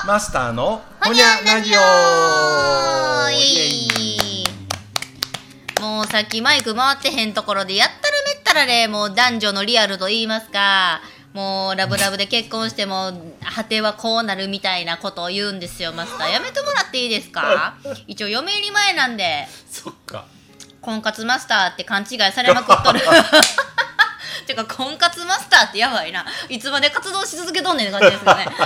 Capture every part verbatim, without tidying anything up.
マスターのほにゃラジオ。イエイ。 もうさっきマイク回ってへんところでやったらめったらで、もう男女のリアルと言いますか、もうラブラブで結婚しても果てはこうなるみたいなことを言うんですよ。マスターやめてもらっていいですか？一応嫁入り前なんで。 そっか、 婚活マスターって勘違いされまくっとるてか婚活マスターってやばいな、いつまで活動し続けとんねんって感じですよね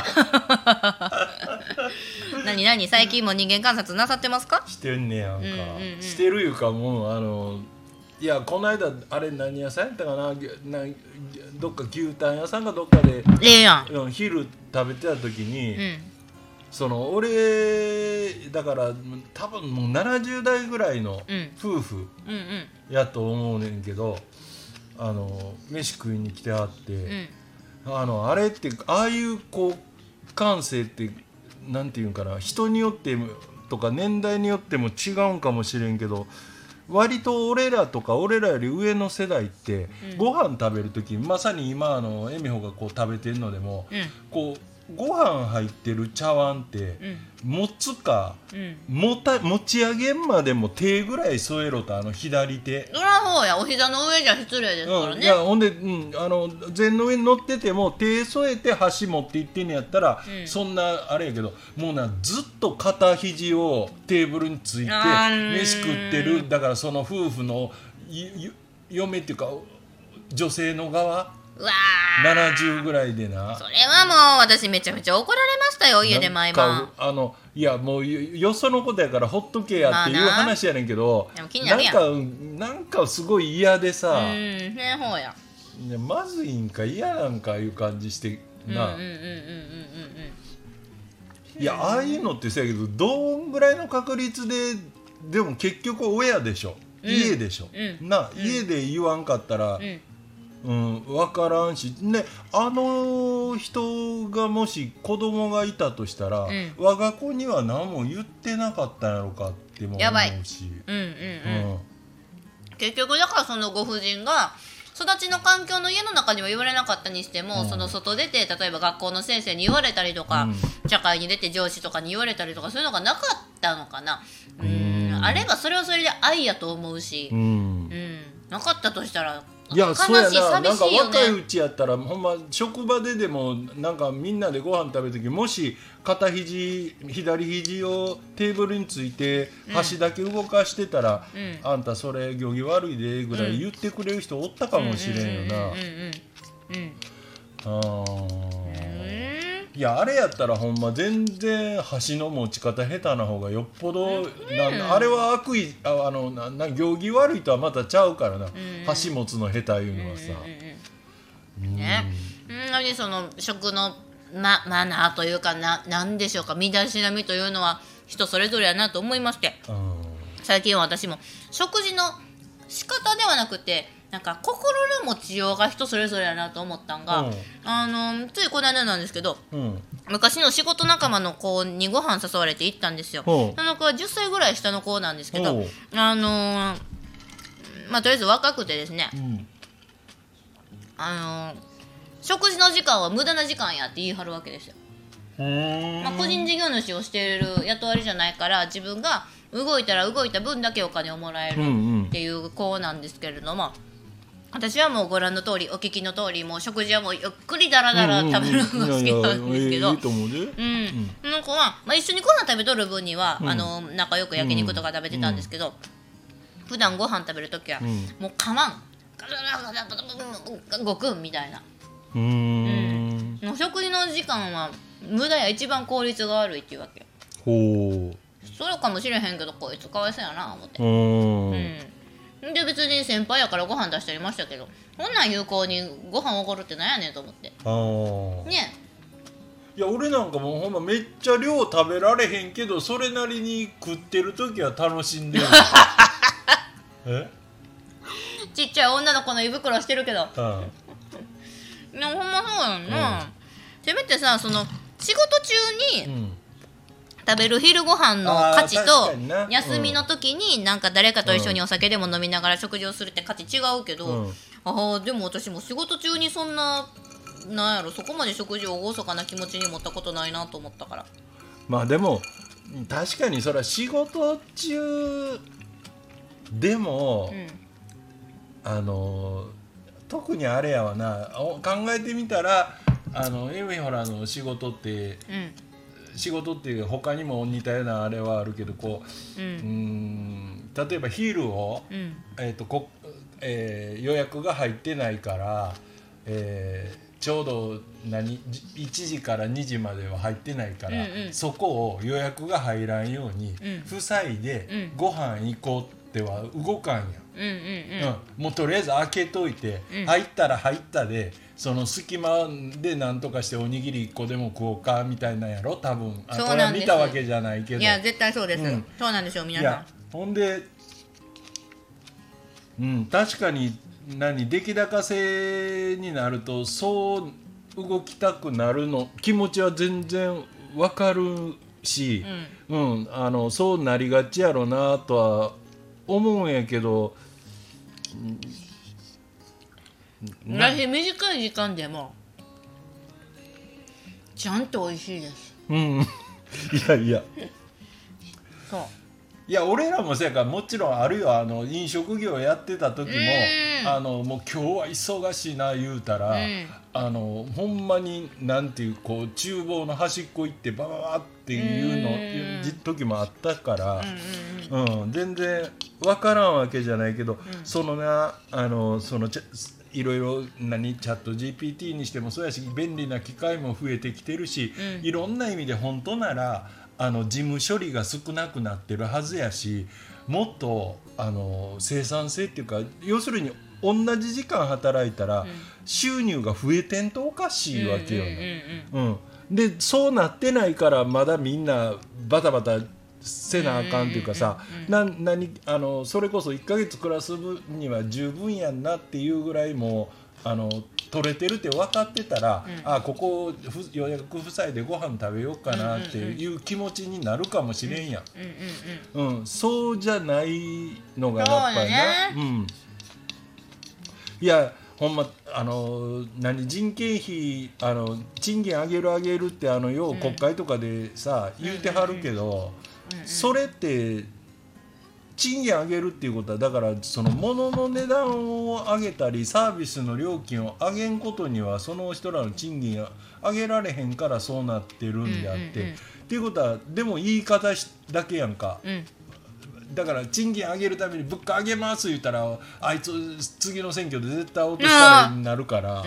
何何最近も人間観察なさってますか？ してんねやんか、 うんうんうん、 してるいうか、もうあのいや、この間あれ何屋さんやったかな、などっか牛タン屋さんかどっかでええやん、 うん、昼食べてた時に、 うん、 その俺だから多分もうななじゅう代ぐらいの夫婦うんうんやと思うねんけど、あの飯食いに来てはって、 うん、 あのあれってああいうこう感性ってなんていうんかな、人によってとか年代によっても違うんかもしれんけど、割と俺らとか俺らより上の世代って、うん、ご飯食べる時まさに今あのエミホがこう食べてるのでも、うん、こうご飯入ってる茶碗って、うん、持つか、うん、持た持ち上げんまでも手ぐらい添えろと、あの左手。 そらそうや、お膝の上じゃ失礼ですからね。うん、いやほんで、うん、あの禅の上に乗ってても手添えて箸持っていってんのやったら、うん、そんなあれやけど、もうなずっと肩肘をテーブルについて飯食ってる。だからその夫婦の嫁っていうか女性の側、 うわななじゅうぐらいでな。 それはもう私めちゃめちゃ怒られましたよ、家で毎晩。 あのいやもうよそのことやからほっとけやっていう話やねんけど、 まあ、でも気になるやん。 なんかなんかすごい嫌でさ、 うん、ねほうや。 ね、まずいんか嫌なんかいう感じしてな。いや、ああいうのってそうやけど、どんぐらいの確率ででも結局親でしょ、うん、家でしょ、うん、な、うん、家で言わんかったら、うんうん、分からんし、ね、あの人がもし子供がいたとしたら、うん、我が子には何も言ってなかったんやろかっても思うし、やばい、うんうんうんうん、結局だからそのご婦人が育ちの環境の家の中には言われなかったにしても、うん、その外出て例えば学校の先生に言われたりとか、うん、社会に出て上司とかに言われたりとか、そういうのがなかったのかな。うん、あればそれはそれで愛やと思うし、うんうん、なかったとしたらいや、そうやな、なんか若いうちやったらほんま職場ででもなんかみんなでご飯食べるとき、もし片肘左肘をテーブルについて箸だけ動かしてたら、うん、あんたそれ行儀悪いでぐらい言ってくれる人おったかもしれんよな。いや、あれやったらほんま全然箸の持ち方下手な方がよっぽど、うん、なあれは悪意、ああのなな行儀悪いとはまたちゃうからな、うん、箸持つの下手いうのはさ、 うんうんうん、ね、うん、その食の、ま、マナーというかな、なんでしょうか、身だしなみというのは人それぞれやなと思いまして、うん、最近は私も食事の仕方ではなくてなんか心の持ちようが人それぞれやなと思ったんが、うん、あのついこの間なんですけど、うん、昔の仕事仲間の子にご飯誘われて行ったんですよ。その子はじゅっさいぐらい下の子なんですけど、あのー、まあとりあえず若くてですね、うん、あのー、食事の時間は無駄な時間やって言い張るわけですよ。まあ、個人事業主をしている雇われじゃないから、自分が動いたら動いた分だけお金をもらえるっていう子なんですけれども、うんうん、私はもうご覧の通り、お聞きの通り、もう食事はもうゆっくりだらだら食べるのが好きなんですけど、この子は、まあ、一緒にご飯食べとる分には、うん、あの仲良く焼肉とか食べてたんですけど、うん、普段ご飯食べるときは、うん、もうかまんガラガラガラガラごくんみたいな、うーん、うん、食事の時間は無駄や、一番効率が悪いっていうわけよ。ほう、そうかもしれへんけど、こいつかわいそうやな思って、うん、で別に先輩やからご飯出してありましたけど、こんなん有効にご飯おごるってなんやねんと思って。あねえ、いや俺なんかもうほんまめっちゃ量食べられへんけど、それなりに食ってる時は楽しんでるえちっちゃい女の子の胃袋してるけど、ああいやほんまそうやんな、うん、せめてさ、その仕事中に、うん、食べる昼ご飯の価値と休みの時になんか誰かと一緒にお酒でも飲みながら食事をするって価値違うけど、うん、あでも私も仕事中にそんななんやろ、そこまで食事を厳かな気持ちに持ったことないなと思ったから。 まあでも確かにそれは仕事中でも、うん、あの特にあれやわな、考えてみたらあのエミホラの仕事って、うん、仕事っていう他にも似たようなあれはあるけどこう、うん、うーん例えば昼を、うんえーとこえー、予約が入ってないから、えーちょうど何いちじからにじまでは入ってないから、うんうん、そこを予約が入らんように、うん、塞いで、うん、ご飯行こうっては動かんやん、うんうんうんうん、もうとりあえず開けといて、うん、入ったら入ったでその隙間で何とかしておにぎりいっこでも食おうかみたいなんやろ多分。あこれは見たわけじゃないけど、 いや絶対そうです、うん、そうなんでしょう皆さん。いやほんで、うん、確かに何出来高制になるとそう動きたくなるの気持ちは全然わかるし、うんうん、あのそうなりがちやろなとは思うんやけど、 私短い時間でもちゃんと美味しいです。 うんいやいやそういや俺らもせやからもちろんあるよ。あの飲食業やってた時も、うん、あのもう今日は忙しいな言うたら、うん、あのほんまになんていうこう厨房の端っこ行ってバババっていうの、うん、時もあったから、うんうんうん、全然分からんわけじゃないけど、うん、そのなあのそのいろいろ何チャット ジーピーティー にしてもそうやし便利な機械も増えてきてるし、うん、いろんな意味で本当ならあの事務処理が少なくなってるはずやし、もっとあの生産性っていうか要するに同じ時間働いたら収入が増えてんとおかしいわけよね。でそうなってないからまだみんなバタバタせなあかんっていうかさ、な何あのそれこそいっかげつ暮らす分には十分やんなっていうぐらいもうあの取れてるって分かってたら、うん、あここ予約夫妻でご飯食べようかなっていう気持ちになるかもしれんやん、うんうんうん、そうじゃないのがやっぱりな、ねうん、いやほんまあの何人件費あの賃金上げる上げるってあのよう国会とかでさ、うん、言うてはるけど、うんうんうん、それって賃金上げるっていうことはだからその物の値段を上げたりサービスの料金を上げんことにはその人らの賃金が上げられへんからそうなってるんであって、うんうんうん、っていうことはでも言い方だけやんか、うん、だから賃金上げるために物価上げます言ったらあいつ次の選挙で絶対落としたらになるから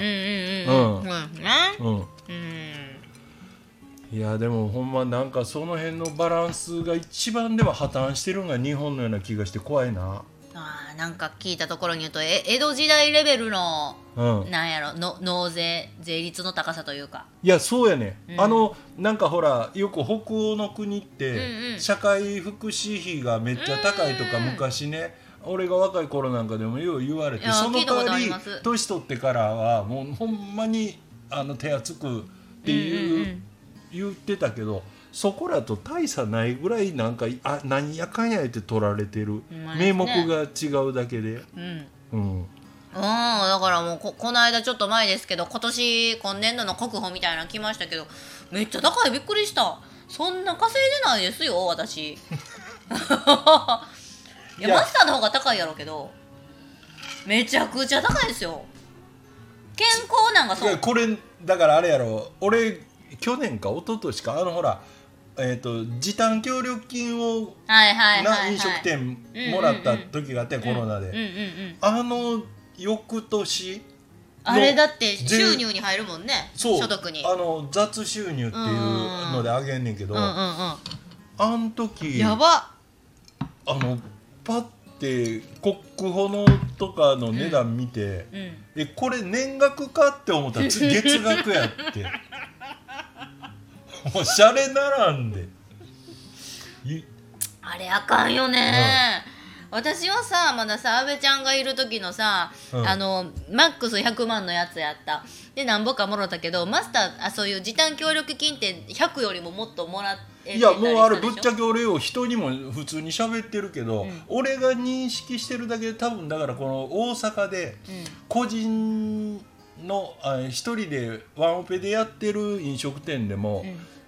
いやでもほんまなんかその辺のバランスが一番でも破綻してるのが日本のような気がして怖いな。 あなんか聞いたところに言うとえ江戸時代レベルの、うん、なんやろの納税税率の高さというかいやそうやね、うん、あのなんかほらよく北欧の国って、うんうん、社会福祉費がめっちゃ高いとか昔ね、うんうん、俺が若い頃なんかでもよう言われてその代わり年取ってからはもうほんまにあの手厚くっていう、うんうんうん言ってたけどそこらと大差ないぐらいなんかあ何やかんや言って取られてる、ね、名目が違うだけで、うんうん、うんだからもう こ, この間ちょっと前ですけど今年今年度の国保みたいなの来ましたけどめっちゃ高いびっくりした。そんな稼いでないですよ私いやマスターの方が高いやろうけどめちゃくちゃ高いですよ。健康なんかそういやこれだからあれやろ俺去年か一昨年かあのほら、えー、と時短協力金を、はいはいはいはい、な飲食店もらった時があって、うんうんうん、コロナで、うんうんうん、あの翌年あれだって収入に入るもんね所得にあの雑収入っていうのであげんねんけど、うんうんうん、あん時やばあのパッて国保のとかの値段見て、うんうん、えこれ年額かって思ったら月額やってもうシャレならんであれあかんよね、うん、私はさまださ阿部ちゃんがいる時のさ、うん、あのマックスひゃくまんのやつやったで何ぼかもろたけどマスターあそういう時短協力金ってひゃくよりももっともらっていやもうあれぶっちゃけ俺を人にも普通に喋ってるけど、うん、俺が認識してるだけで多分だからこの大阪で個人の一人でワンオペでやってる飲食店でも、うん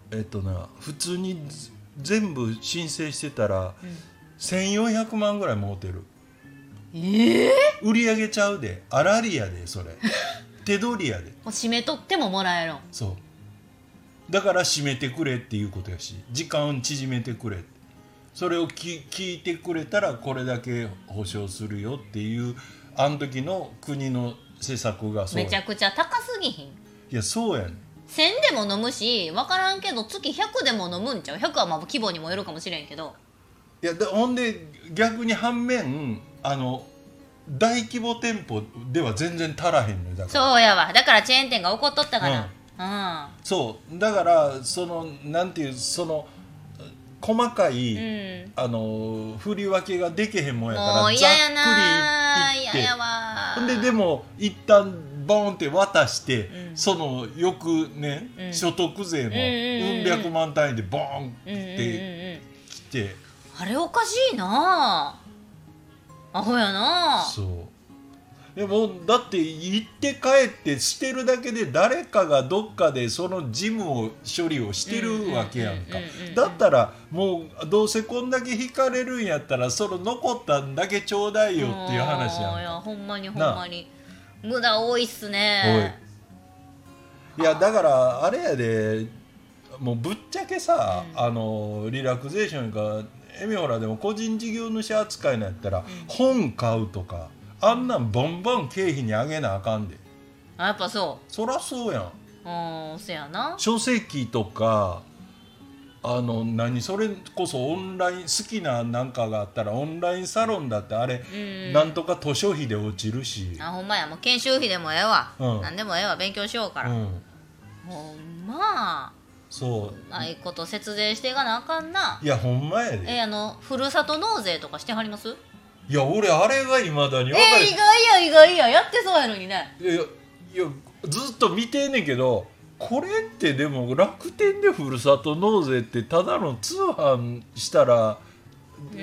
えっとな普通に全部申請してたら、うん、せんよんひゃくまんぐらいもうてる。 えー、 売り上げちゃうで、あらりやでそれ手取りやで。もう締めとってももらえるん。 そうだから締めてくれっていうことやし、時間縮めてくれって、それをき聞いてくれたらこれだけ保証するよっていうあの時の国の施策がそうや。 めちゃくちゃ高すぎひん？いやそうやねん。 せんでも飲むし分からんけど月ひゃくでも飲むんちゃう？ひゃくはまあ規模にもよるかもしれんけど。 いやでほんで逆に反面あの大規模店舗では全然足らへんのよ。だからそうやわ、だからチェーン店が起こっとったから、 うんうん、そうだからそのなんていうその細かい、うん、あの振り分けができへんもんやからもう嫌やな、 ざっくりいって、 嫌やわ。 ほんででも一旦ボーンって渡して、 うん、 その翌年、うん、所得税もうん百万単位でボーンってきて、うんうんうんうん、 あれおかしいな、アホやな。 そうでもだって行って帰ってしてるだけで誰かがどっかでその事務を処理をしてるわけやんか。だったらもうどうせこんだけ引かれるんやったらその残ったんだけちょうだいよっていう話やんか。 いやほんまにほんまに無駄多いっすね。 いやだからあれやでもうぶっちゃけさ、うん、あのリラクゼーションかエミホラでも個人事業主扱いのやったら、うん、本買うとかあんなんボンボン経費に上げなあかんで。 あやっぱそう。 そらそうやん。うん、そやな。 書籍とかあの何それこそオンライン好きななんかがあったらオンラインサロンだってあれ、うん、なんとか図書費で落ちるし。 あほんまや、もう研修費でもええわ、うん、何でもええわ、勉強しようから、うん、ほんまそうないこと節税していかなあかんな。 いやほんまやで。 えあのふるさと納税とかしてはります？ いや俺あれがいまだに分かる。 えー、意外や意外や、やってそうやのにね。 いやいやずっと見てんねんけど、これってでも楽天でふるさと納税ってただの通販したら、うん、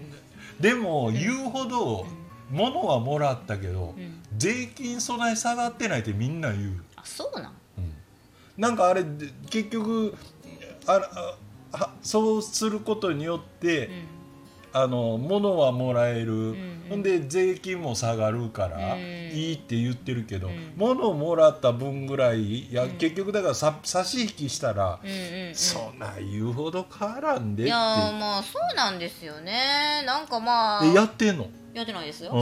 でも言うほど物はもらったけど、うん、税金そない下がってないってみんな言う。 あそうなん、 うん、なんかあれ結局ああそうすることによって、うんあの物はもらえる、うんうん、で税金も下がるから、うん、いいって言ってるけど、うん、物をもらった分ぐらいや、うん、結局だからさ差し引きしたら、うんうんうん、そんな言うほど変わらんでって。いやまあそうなんですよね。なんかまあえやってんの？ やってないですよ。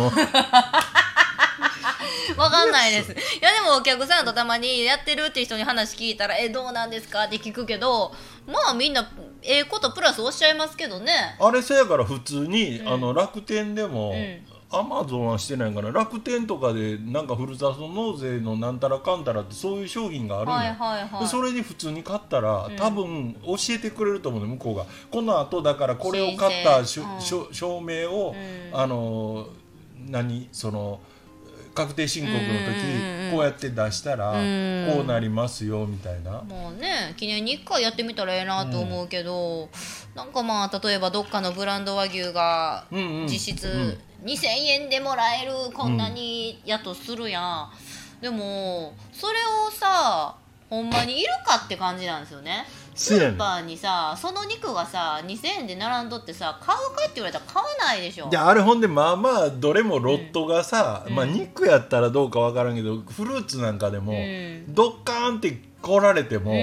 わかんないです。いやでもお客さんとたまにやってるって人に話聞いたらえどうなんですかって聞くけど、まあみんなええことプラスおっしゃいますけどね。 あれせやから普通に、うん、あの楽天でも、アマゾンはしてないから楽天とかでなんかふるさと納税のなんたらかんたらってそういう商品があるんや、はいはいはい、でそれに普通に買ったら、うん、多分教えてくれると思うね向こうが。この後だからこれを買ったし、うん、証明を、うん、あの何その確定申告の時こうやって出したらこうなりますよみたいな。 もうね記念にいっかいやってみたらええなと思うけど、うん、なんかまあ例えばどっかのブランド和牛が実質にせんえんでもらえるこんなにやとするやん、うん、でもそれをさほんまにいるかって感じなんですよね。スーパーにさその肉がさにせんえんで並んどってさ買うかって言われたら買わないでしょ。 であれほんでまあまあどれもロットがさ、うん、まあ肉やったらどうかわからんけどフルーツなんかでも、うん、ドッカーンって来られても、うん、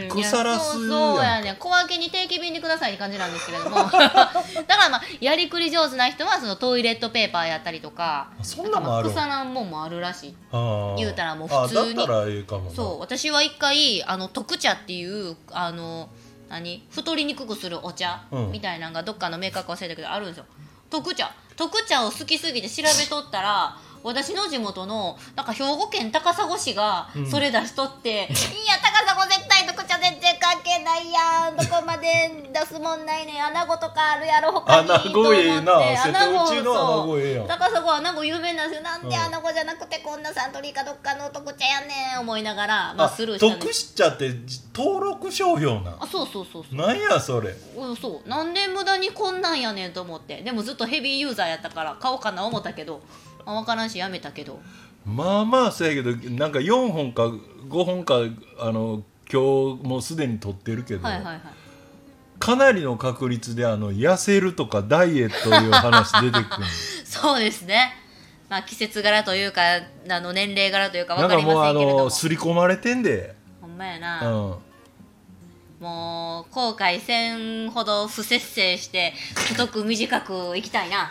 腐らすやんか。そうそうやね、小分けに定期便でくださいって感じなんですけれどもだからまあやりくり上手な人はそのトイレットペーパーやったりとか、 そんなもある、 腐らんもんもあるらしい。言うたらもう普通に。 だったらいいかもな。 そう私は一回あの特茶っていうあの何太りにくくするお茶、うん、みたいなのがどっかのメーカーか忘れたけどあるんですよ。特茶特茶を好きすぎて調べとったら私の地元のなんか兵庫県高砂市がそれ出しとって、うん、いや高砂絶対特茶全然関係ないやん、どこまで出すもんないねん、穴子とかあるやろ他に穴子ええな、瀬戸内の穴子ええやん。 高砂穴子有名なんですよ。なんで穴子じゃなくてこんなサントリーかどっかの特茶やねん思いながら、まあ、スルーしたんです。 特茶って登録商標な。 あそうそうそうそう。 なんやそれ。 うんそうなんで無駄にこんなんやねんと思って。でもずっとヘビーユーザーやったから買おうかな思ったけどまあ、分からんしやめたけど、 まあまあそうやけどなんかよんほんかごほんかあの今日もうすでに取ってるけど、 はいはいはい、 かなりの確率であの痩せるとかダイエットいう話出てくるそうですね、まあ、季節柄というかあの年齢柄というか分かなんかもうありませんけれども、 の刷り込まれてんで、 ほんまやな、 うん、 もう後悔せんほど不節制して太く短くいきたいな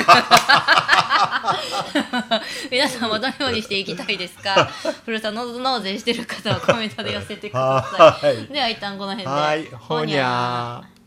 皆さんもどのようにしていきたいですかふるさと納税してる方はコメントで寄せてください。では一旦この辺で、 はい、ほにゃー。